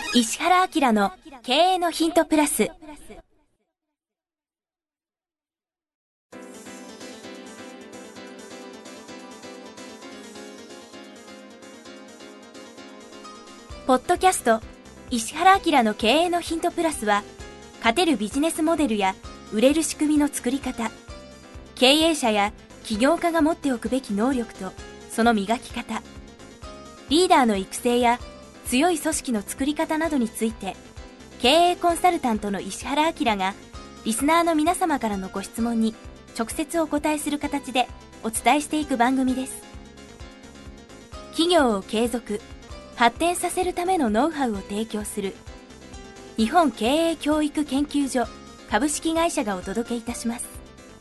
石原明の経営のヒントプラス。ポッドキャスト石原明の経営のヒントプラスは、勝てるビジネスモデルや売れる仕組みの作り方、経営者や起業家が持っておくべき能力とその磨き方、リーダーの育成や強い組織の作り方などについて、経営コンサルタントの石原明がリスナーの皆様からのご質問に直接お答えする形でお伝えしていく番組です。企業を継続発展させるためのノウハウを提供する日本経営教育研究所株式会社がお届けいたします。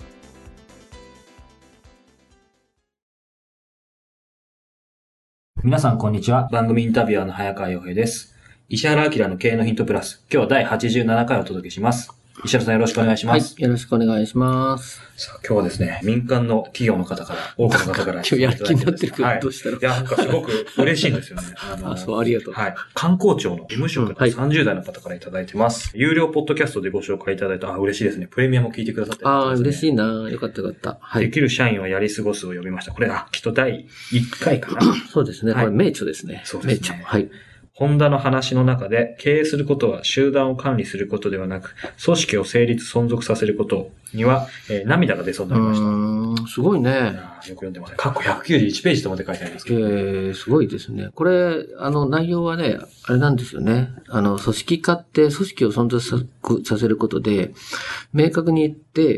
皆さんこんにちは。番組インタビュアーの早川洋平です。石原明の経営のヒントプラス。今日は第87回をお届けします。石原さんよろしくお願いします。 はい、よろしくお願いします。 さあ今日はですね、民間の企業の方から、多くの方から今日やる気になってるけど、どうしたの？ いや、なんかすごく嬉しいんですよね。 そう、ありがとう。 はい。観光庁の事務職の30代の方からいただいてます。有料ポッドキャストでご紹介いただいた、嬉しいですね。プレミアも聞いてくださってる、ね。 嬉しいな。よかったよかった。 はい。できる社員はやり過ごすを読みました。これ、きっと第1回かな。 そうですね。これ名著ですね。 そうですね。 名著。はい。 ホンダの話の中で、経営することは集団を管理することではなく、組織を成立存続させることには、涙が出そうになりました。 すごいね。 よく読んでますね。過去191ページとまで書いてあるんですけど、 すごいですね。これ、内容はね、あれなんですよね。組織化って組織を存続させることで、明確に言って、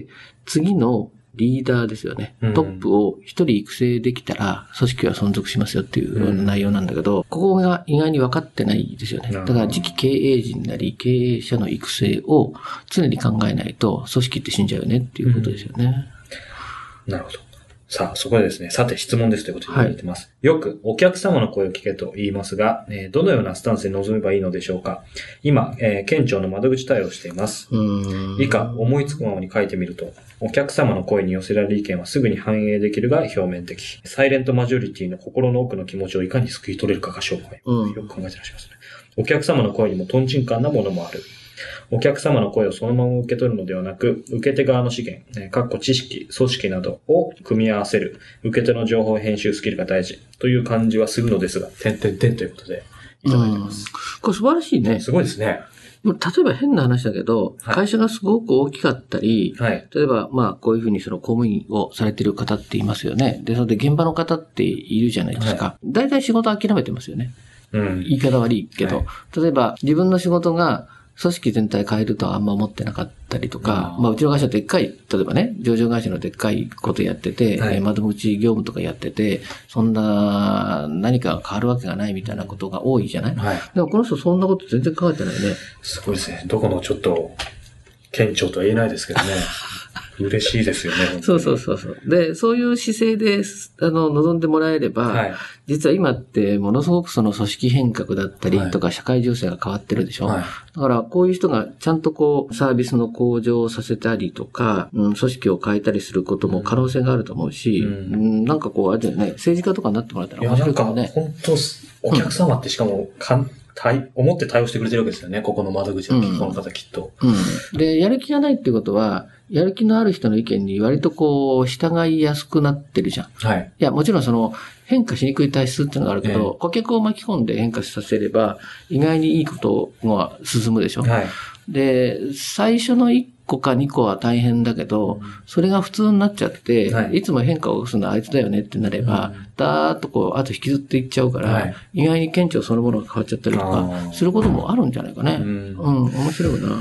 次のリーダーですよね。トップを一人育成できたら、組織は存続しますよっていう内容なんだけど、ここが意外に分かってないですよね。だから次期経営陣なり経営者の育成を常に考えないと、組織って死んじゃうよねっていうことですよね。 なるほど。さあ、そこでですね、さて質問ですということで言われてます。はい、よくお客様の声を聞けと言いますが、どのようなスタンスで臨めばいいのでしょうか。今、県庁の窓口対応をしています。以下、思いつくままに書いてみると、お客様の声に寄せられる意見はすぐに反映できるが表面的。サイレントマジョリティの心の奥の気持ちをいかに救い取れるかが勝負。よく考えてらっしゃいますね。お客様の声にもトンチンカンなものもある。お客様の声をそのまま受け取るのではなく、受け手側の資源、知識、組織などを組み合わせる、受け手の情報編集スキルが大事という感じはするのですが、ということでいただいてます。 これ素晴らしいね。 すごいですね。 例えば変な話だけど、会社がすごく大きかったり、例えばこういうふうにその公務員をされている方っていますよね。で、それで現場の方っているじゃないですか。大体仕事諦めてますよね。言い方悪いけど、例えば自分の仕事が組織全体変えるとはあんま思ってなかったりとか、うちの会社でっかい、例えばね、上場会社のでっかいことやってて、窓口業務とかやってて、そんな何かが変わるわけがないみたいなことが多いじゃない？でもこの人そんなこと全然考えてないね。 すごいですね。どこのちょっと、県庁とは言えないですけどね。嬉しいですよね。 そう。で、そういう姿勢で、望んでもらえれば、実は今ってものすごくその組織変革だったりとか社会情勢が変わってるでしょ。だからこういう人がちゃんとサービスの向上をさせたりとか、組織を変えたりすることも可能性があると思うし、なんかあれだよね、政治家とかになってもらったら面白いかもね。 本当お客様ってしかも思って対応してくれてるわけですよね。ここの窓口のこの方きっと。 で、やる気がないってことは、やる気のある人の意見に割と従いやすくなってるじゃん。いや、もちろん変化しにくい体質っていうのがあるけど、顧客を巻き込んで変化させれば、意外にいいことが進むでしょ。で、最初の1個か2個は大変だけど、それが普通になっちゃって、いつも変化を起こすのはあいつだよねってなれば、だーっとあと引きずっていっちゃうから、意外に県庁そのものが変わっちゃったりとか、することもあるんじゃないかね。面白いな。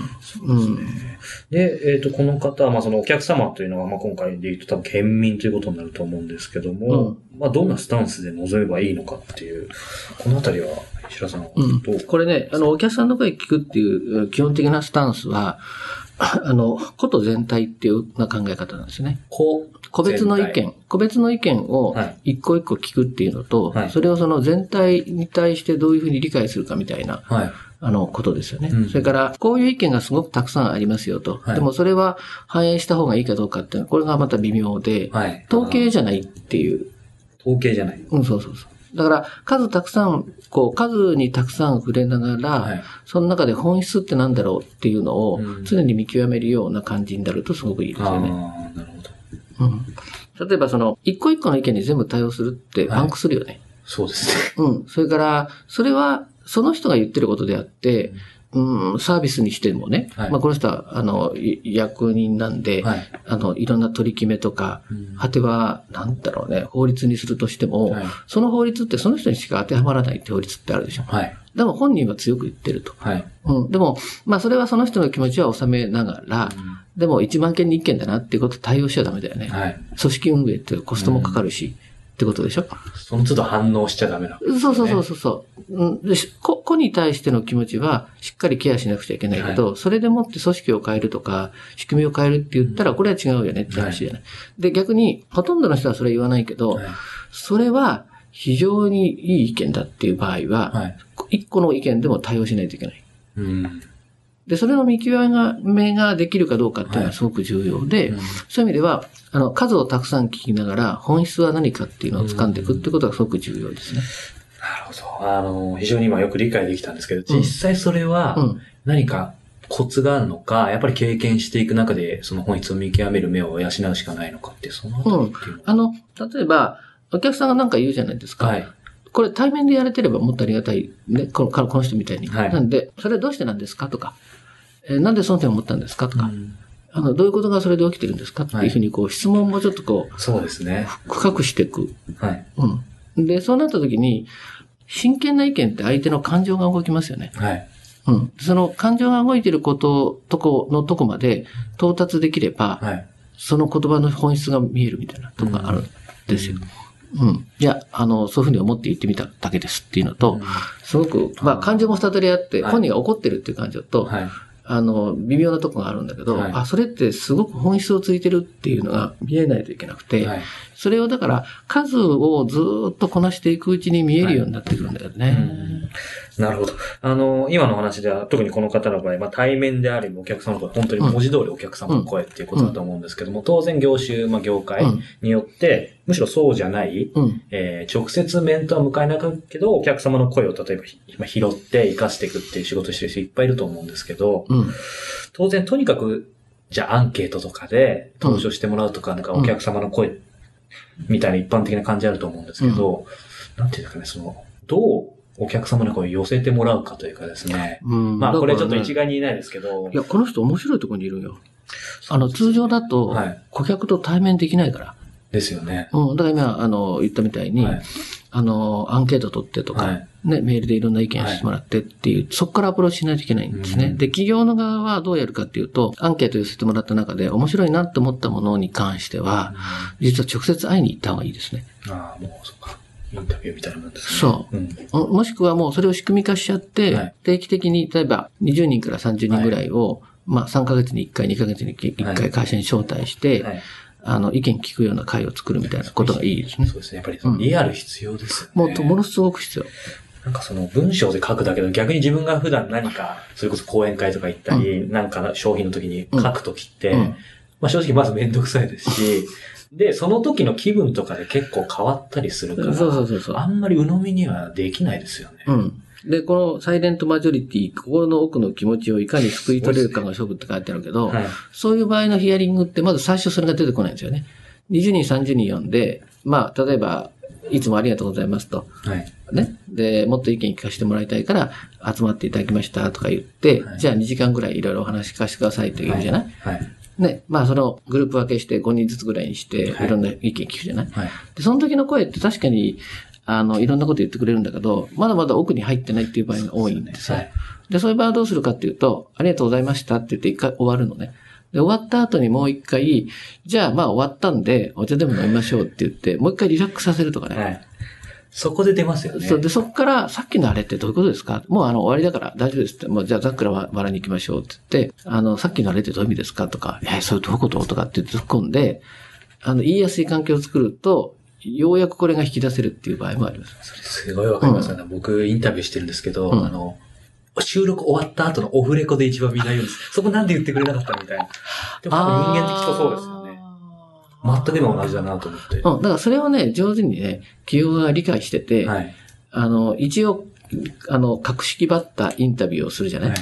で、この方は、そのお客様というのは、今回で言うと多分県民ということになると思うんですけども、どんなスタンスで臨めばいいのかっていう、このあたりは、石原さんはどう？ これね、お客さんの声聞くっていう基本的なスタンスは、こと全体っていうな考え方なんですね。個別の意見を一個一個聞くっていうのと、それをその全体に対してどういうふうに理解するかみたいな、ことですよね。それから、こういう意見がすごくたくさんありますよと。でもそれは反映した方がいいかどうかっていうのは、これがまた微妙で、統計じゃないっていう。 統計じゃない。 そう。 だから、数にたくさん触れながら、その中で本質ってなんだろうっていうのを常に見極めるような感じになるとすごくいいですよね。 なるほど。例えば一個一個の意見に全部対応するってパンクするよね。 そうですね。 それから、それはその人が言ってることであって、サービスにしてもね、この人は、役人なんで、いろんな取り決めとか、果ては、法律にするとしても、その法律ってその人にしか当てはまらないって法律ってあるでしょ。でも本人は強く言ってると。でも、それはその人の気持ちは収めながら、でも1万件に1件だなっていうこと対応しちゃダメだよね。組織運営ってコストもかかるし。ってことでしょ。 その都度反応しちゃダメなの、ね。 そう。個に対しての気持ちはしっかりケアしなくちゃいけないけど、それでもって組織を変えるとか、仕組みを変えるって言ったら、これは違うよねって話じゃない。で、逆に、ほとんどの人はそれ言わないけど、それは非常にいい意見だっていう場合は、一個の意見でも対応しないといけない。で、それの見極めができるかどうかっていうのはすごく重要で、そういう意味では、数をたくさん聞きながら、本質は何かっていうのを掴んでいくってことがすごく重要ですね。 なるほど。非常に今よく理解できたんですけど、実際それは何かコツがあるのか、やっぱり経験していく中で、その本質を見極める目を養うしかないのかっていう、そのあたりっていうのは。 例えば、お客さんが何か言うじゃないですか。これ対面でやれてればもっとありがたいね。この人みたいに。なんで、それはどうしてなんですかとか、なんでその点を思ったんですかとか、どういうことがそれで起きてるんですかっていうふうに質問もちょっとそうですね。 深くしていく。で、そうなった時に、真剣な意見って相手の感情が動きますよね。その感情が動いてるとこまで到達できれば、その言葉の本質が見えるみたいなとこがあるんですよ。いや、そういうふうに思って言ってみただけですっていうのと、すごく、感情も二通りあって、本人が怒ってるっていう感情と、微妙なとこがあるんだけど、それってすごく本質をついてるっていうのが見えないといけなくて、それをだから数をずっとこなしていくうちに見えるようになってくるんだよね。 なるほど。今の話では、特にこの方の場合、対面であり、お客様の声、本当に文字通りお客様の声っていうことだと思うんですけども、当然業種、業界によって、むしろそうじゃない、直接面とは向かえなかったけど、お客様の声を例えば今拾って活かしていくっていう仕事してる人いっぱいいると思うんですけど、当然とにかく、じゃあアンケートとかで登場してもらうとか、なんかお客様の声みたいな一般的な感じあると思うんですけど、なんていうんですかね、どうお客様の声を寄せてもらうかというかですね。これちょっと一概に言えないですけど。 いや、この人面白いところにいるよ。通常だと、顧客と対面できないから。 ですよね。 だから今、言ったみたいに、アンケート取ってとか、メールでいろんな意見してもらってっていう、そこからアプローチしないといけないんですね。で、企業の側はどうやるかっていうと、アンケート寄せてもらった中で面白いなと思ったものに関しては、実は直接会いに行った方がいいですね。 もうそっか。インタビューみたいなもんですね。 そう。もしくはもうそれを仕組み化しちゃって、定期的に、例えば20人から30人ぐらいを、3ヶ月に1回、2ヶ月に1回会社に招待して、意見聞くような会を作るみたいなことがいいですね。 そうですね。やっぱりリアル必要ですよね。 ものすごく必要。 なんか文章で書くだけど、逆に自分が普段何か、それこそ講演会とか行ったり、なんか商品の時に書くときって、正直まずめんどくさいですし、で、その時の気分とかで結構変わったりするから、あんまり鵜呑みにはできないですよね。 で、このサイレントマジョリティ、心の奥の気持ちをいかに救い取れるかが勝負って書いてあるけど、そういう場合のヒアリングってまず最初それが出てこないんですよね。20人、30人読んで、例えば、いつもありがとうございますと。ね。で、もっと意見聞かせてもらいたいから集まっていただきましたとか言って、じゃあ2時間ぐらいいろいろお話聞かせてくださいと言うじゃない、ね。そのグループ分けして5人ずつぐらいにして、いろんな意見聞くじゃない、で、その時の声って確かに、いろんなこと言ってくれるんだけど、まだまだ奥に入ってないっていう場合が多いんですよ。で、そういう場合はどうするかっていうと、ありがとうございましたって言って一回終わるのね。で、終わった後にもう一回、じゃあ終わったんで、お茶でも飲みましょうって言って、もう一回リラックスさせるとかね。 そこで出ますよね。 で、そこから、さっきのあれってどういうことですか？もう終わりだから大丈夫ですって。もうじゃあざっくら笑いに行きましょうって言って、さっきのあれってどういう意味ですかとか、それどういうこととかって突っ込んで、言いやすい環境を作ると、ようやくこれが引き出せるっていう場合もあります。 それすごいわかりますよね。僕インタビューしてるんですけど、収録終わった後のオフレコで一番見ないようです。そこなんで言ってくれなかったみたいな。でも多分人間的とそうですよね。 全く今同じだなと思って。 だからそれをね、上手にね、企業が理解してて、はい、一応、格式ばったインタビューをするじゃない、はい、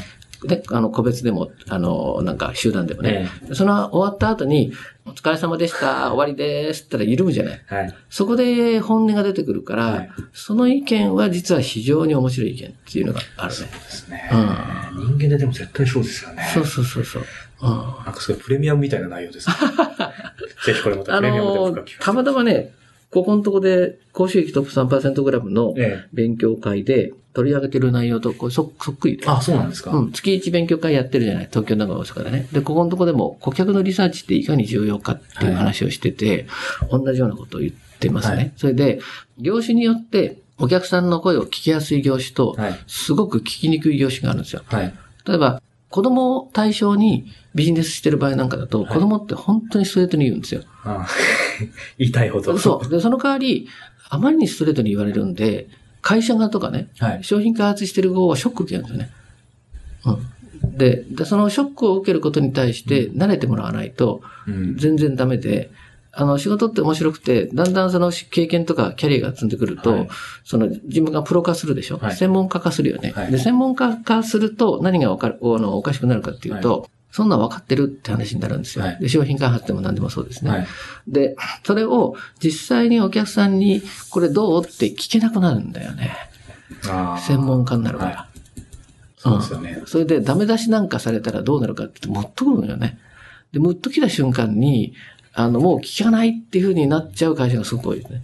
で、個別でも、なんか集団でもね、その終わった後に、お疲れ様でした、終わりですって言ったら緩むじゃない、はい、そこで本音が出てくるから、はい、その意見は実は非常に面白い意見っていうのがあるね。 そうですね。人間ででも絶対そうですよね。 そうそうそうそう。 なんかすごいプレミアムみたいな内容ですね。ぜひこれまたプレミアムでも深くたまたまね、ここのとこで、高収益トップ 3% グラムの勉強会で取り上げてる内容とそっくりで。 あ、そうなんですか。 月1勉強会やってるじゃない。東京、長野、大阪でね。で、ここのとこでも顧客のリサーチっていかに重要かっていう話をしてて、はい、同じようなことを言ってますね。はい、それで、業種によってお客さんの声を聞きやすい業種と、すごく聞きにくい業種があるんですよ。はい、例えば、子供を対象にビジネスしてる場合なんかだと、子供って本当にストレートに言うんですよ。 言いたいほど。 そう。で、その代わり、あまりにストレートに言われるんで、会社側とかね、はい、商品開発してる方はショック受けるんですよね。で、そのショックを受けることに対して慣れてもらわないと、全然ダメで、仕事って面白くて、だんだんその経験とかキャリアが積んでくると、はい、その自分がプロ化するでしょ、はい、専門家化するよね、はい。で、専門家化すると何がおかしくなるかっていうと、はい、そんな分かってるって話になるんですよ。はい、で、商品開発でも何でもそうですね。はい、で、それを実際にお客さんにこれどうって聞けなくなるんだよね。専門家になるから。はい、 そうですよね。 それでダメ出しなんかされたらどうなるかってムッとくるのよね。で、ムッと来た瞬間に、もう聞かないっていう風になっちゃう会社がすごく多いですね。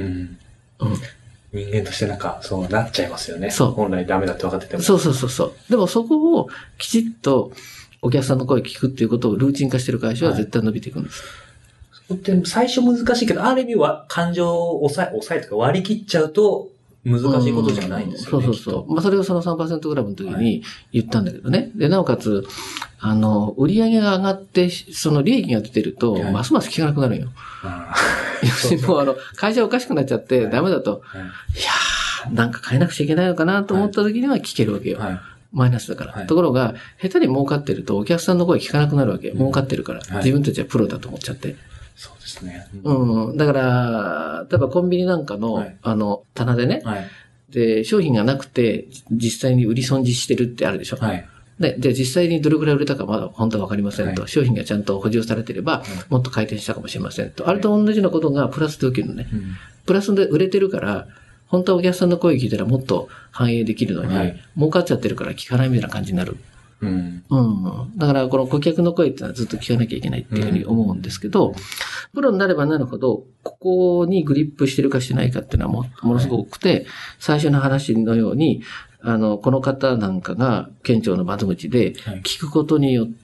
人間としてなんか、そうなっちゃいますよね。そう。本来ダメだって分かってても。 そう。でもそこをきちっとお客さんの声聞くっていうことをルーチン化してる会社は絶対伸びていくんです。 そこって最初難しいけど、ある意味は感情を抑えとか割り切っちゃうと、難しいことじゃないんですよね。 そう。まあ、それをその 3% グラムの時に言ったんだけどね。はい、で、なおかつ、売り上げが上がって、その利益が出てると、ますます聞かなくなるよ。要するにもう会社おかしくなっちゃってダメだと、いやー、なんか変えなくちゃいけないのかなと思った時には聞けるわけよ。マイナスだから。ところが、下手に儲かってるとお客さんの声聞かなくなるわけ。儲かってるから。自分たちはプロだと思っちゃって。 そうですね。 だから、例えばコンビニなんかの、棚でね、で、商品がなくて、実際に売り損じしてるってあるでしょ。で、実際にどれくらい売れたかまだ本当はわかりませんと。商品がちゃんと補充されてれば、もっと回転したかもしれませんと。あれと同じようなことがプラスで起きるのね。プラスで売れてるから、本当はお客さんの声聞いたらもっと反映できるのに、儲かっちゃってるから聞かないみたいな感じになる。だから、この顧客の声ってのはずっと聞かなきゃいけないっていうふうに思うんですけど、プロになればなるほど、ここにグリップしてるかしてないかっていうのはものすごく多くて、最初の話のように、この方なんかが県庁の窓口で聞くことによって、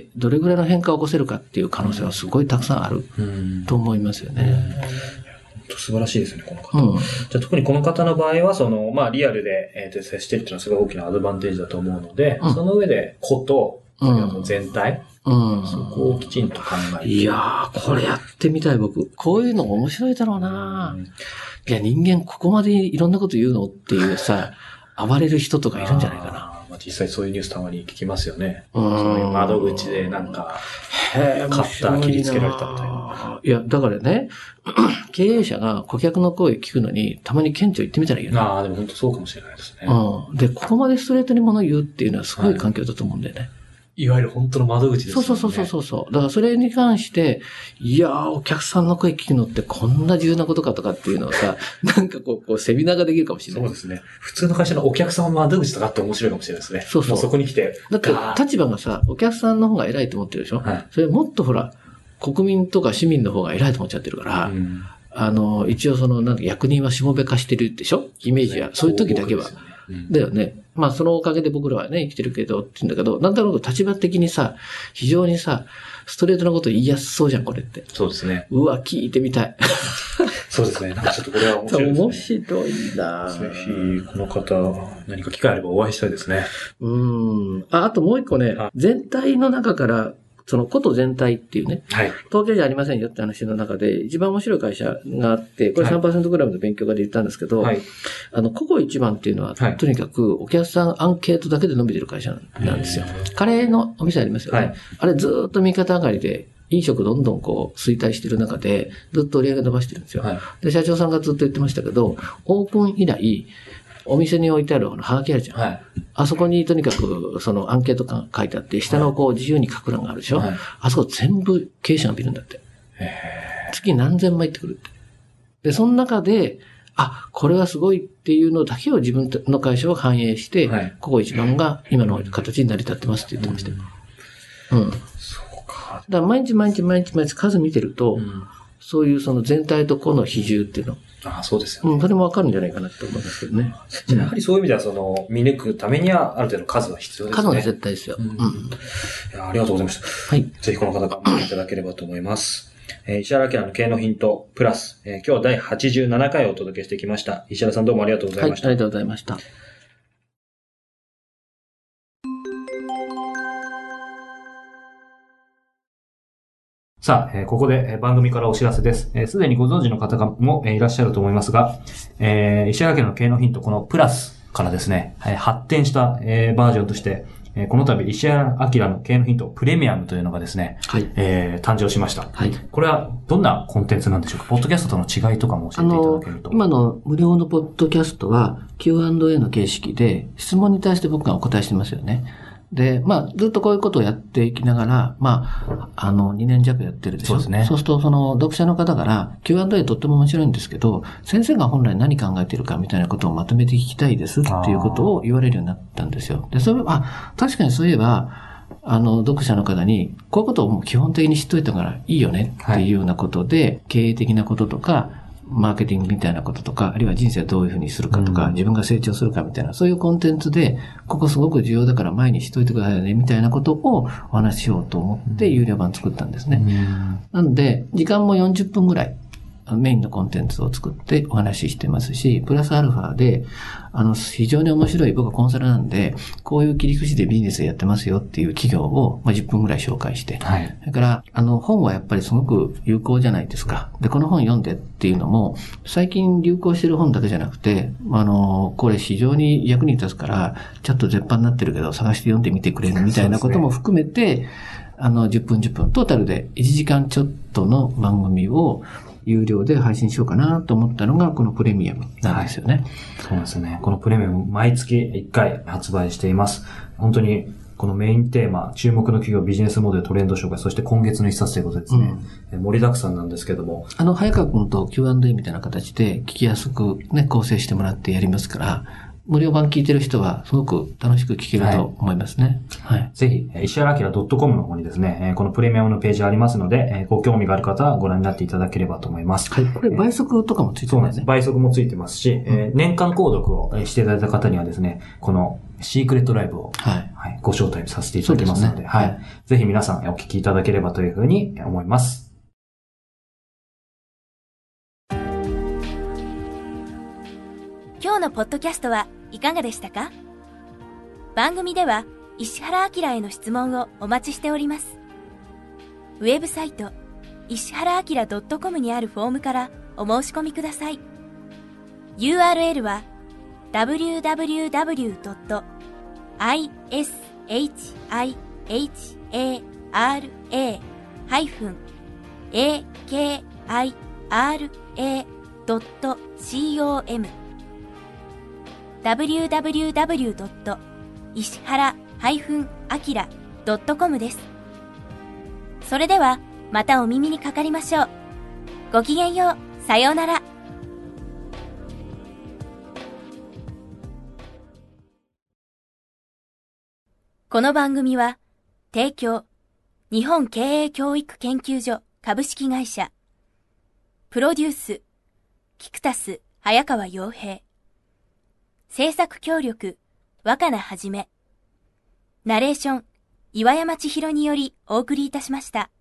どれぐらいの変化を起こせるかっていう可能性はすごいたくさんあると思いますよね。 素晴らしいですね、この方。じゃあ特にこの方の場合は、まあ、リアルで、接してるっていうのはすごい大きなアドバンテージだと思うので、その上で、こと、全体、そこをきちんと考えて。 いやー、これやってみたい、僕。こういうの面白いだろうな、いや、人間ここまでいろんなこと言うのっていうさ、暴れる人とかいるんじゃないかな。 実際そういうニュースたまに聞きますよね。そういう窓口でなんか、カッター切りつけられたみたいな。 いや、だからね、経営者が顧客の声聞くのに、たまに県庁行ってみたらいいよね。 でも本当そうかもしれないですね。 で、ここまでストレートに物を言うっていうのはすごい環境だと思うんだよね。 いわゆる本当の窓口ですね。 そう。だからそれに関して、いやー、お客さんの声聞くのってこんな重要なことかとかっていうのをさ、なんかこうセミナーができるかもしれない。 そうですね。普通の会社のお客さんの窓口とかって面白いかもしれないですね。そう。もうそこに来て。 だって立場がさ、お客さんの方が偉いと思ってるでしょ。それもっとほら、国民とか市民の方が偉いと思っちゃってるから、一応役人はしもべ化してるでしょイメージは。そういう時だけは。だよね。まあそのおかげで僕らはね、生きてるけどって言うんだけど、なんだろうと立場的にさ、非常にさ、ストレートなこと言いやすそうじゃん、これって。 そうですね。 うわ、聞いてみたい。 そうですね。なんかちょっとこれは面白いですね。 面白いなぜひ、この方、何か機会あればお会いしたいですね。 あともう一個ね、全体の中から、そのこと全体っていうね、東京じゃありませんよって話の中で、一番面白い会社があって、これ 3% グラムの勉強会で言ったんですけど、ココ一番っていうのは、とにかくお客さんアンケートだけで伸びてる会社なんですよ。カレーのお店ありますよね。あれずーっと右肩上がりで飲食どんどんこう衰退してる中で、ずっと売り上げ伸ばしてるんですよ。はい、で、社長さんがずっと言ってましたけど、オープン以来、お店に置いてあるハガキあるじゃん。はい、あそこにとにかくそのアンケートが書いてあって、下のこう自由に書く欄があるでしょ、はい、あそこ全部経営者が見るんだって。月何千枚ってくるって。で、その中で、これはすごいっていうのだけを自分の会社は反映して、はい、ここ一番が今の形に成り立ってますって言ってましたよ。そうか。だから毎日数見てると、そういうその全体と個の比重っていうの。 そうですよね。 それもわかるんじゃないかなって思いますけどね。 やはりそういう意味では、見抜くためには、ある程度数は必要ですね。 数は絶対ですよ。 いや、ありがとうございました。はい。ぜひこの方頑張っていただければと思います。石原明の経営のヒントプラス、今日は第87回をお届けしてきました。石原さんどうもありがとうございました。 はい、ありがとうございました。 さあ、ここで番組からお知らせです。すでにご存知の方もいらっしゃると思いますが、石原家の経営のヒント、このプラスからですね、発展したバージョンとして、この度石原明の経営のヒントプレミアムというのがですね、はい、誕生しました。はい。これはどんなコンテンツなんでしょうか？ポッドキャストとの違いとかも教えていただけると。 今の無料のポッドキャストは Q&A の形式で質問に対して僕がお答えしてますよね。で、ずっとこういうことをやっていきながら、2年弱やってるでしょ。そうですね。そうすると、読者の方から Q&A とっても面白いんですけど、先生が本来何考えているかみたいなことをまとめて聞きたいですっていうことを言われるようになったんですよ。で、それは、確かにそういえば、読者の方に、こういうことをもう基本的に知っといたからいいよねっていうようなことで、経営的なこととか、マーケティングみたいなこととか、あるいは人生をどういうふうにするかとか、自分が成長するかみたいな、そういうコンテンツで、ここすごく重要だから前にしといてくださいね、みたいなことをお話ししようと思って有料版作ったんですね。なので、時間も40分ぐらい、メインのコンテンツを作ってお話ししてますし、プラスアルファで、非常に面白い僕はコンサルなんで、こういう切り口でビジネスやってますよっていう企業を、10分ぐらい紹介して、はい。それから、本はやっぱりすごく有効じゃないですか。で、この本読んでっていうのも、最近流行してる本だけじゃなくて、これ非常に役に立つから、ちょっと絶版になってるけど、探して読んでみてくれるみたいなことも含めて、10分、トータルで1時間ちょっとの番組を、有料で配信しようかなと思ったのがこのプレミアムなんですよね。 はい、そうですね。このプレミアム毎月1回発売しています。本当にこのメインテーマ、注目の企業ビジネスモデルトレンド紹介、そして今月の一冊ということですね。盛りだくさんなんですけども。 早川君と Q&A みたいな形で聞きやすくね、構成してもらってやりますから、無料版聞いてる人はすごく楽しく聞けると思いますね。はい。 ぜひ、石原明 .com の方にですね、このプレミアムのページありますので、ご興味がある方はご覧になっていただければと思います。 はい。これ倍速とかもついてるんですね。 倍速もついてますし、年間購読をしていただいた方にはですね、このシークレットライブを、ご招待させていただきますので、はい。ぜひ皆さんお聞きいただければというふうに思います。 今日のポッドキャストはいかがでしたか？番組では石原明への質問をお待ちしております。ウェブサイト石原明 .com にあるフォームからお申し込みください。URL は www.ishihara.com www. 石原-akira.com です。それではまたお耳にかかりましょう。ごきげんよう。さようなら。この番組は提供日本経営教育研究所株式会社プロデュースキクタス早川洋平制作協力若菜はじめナレーション岩山千尋によりお送りいたしました。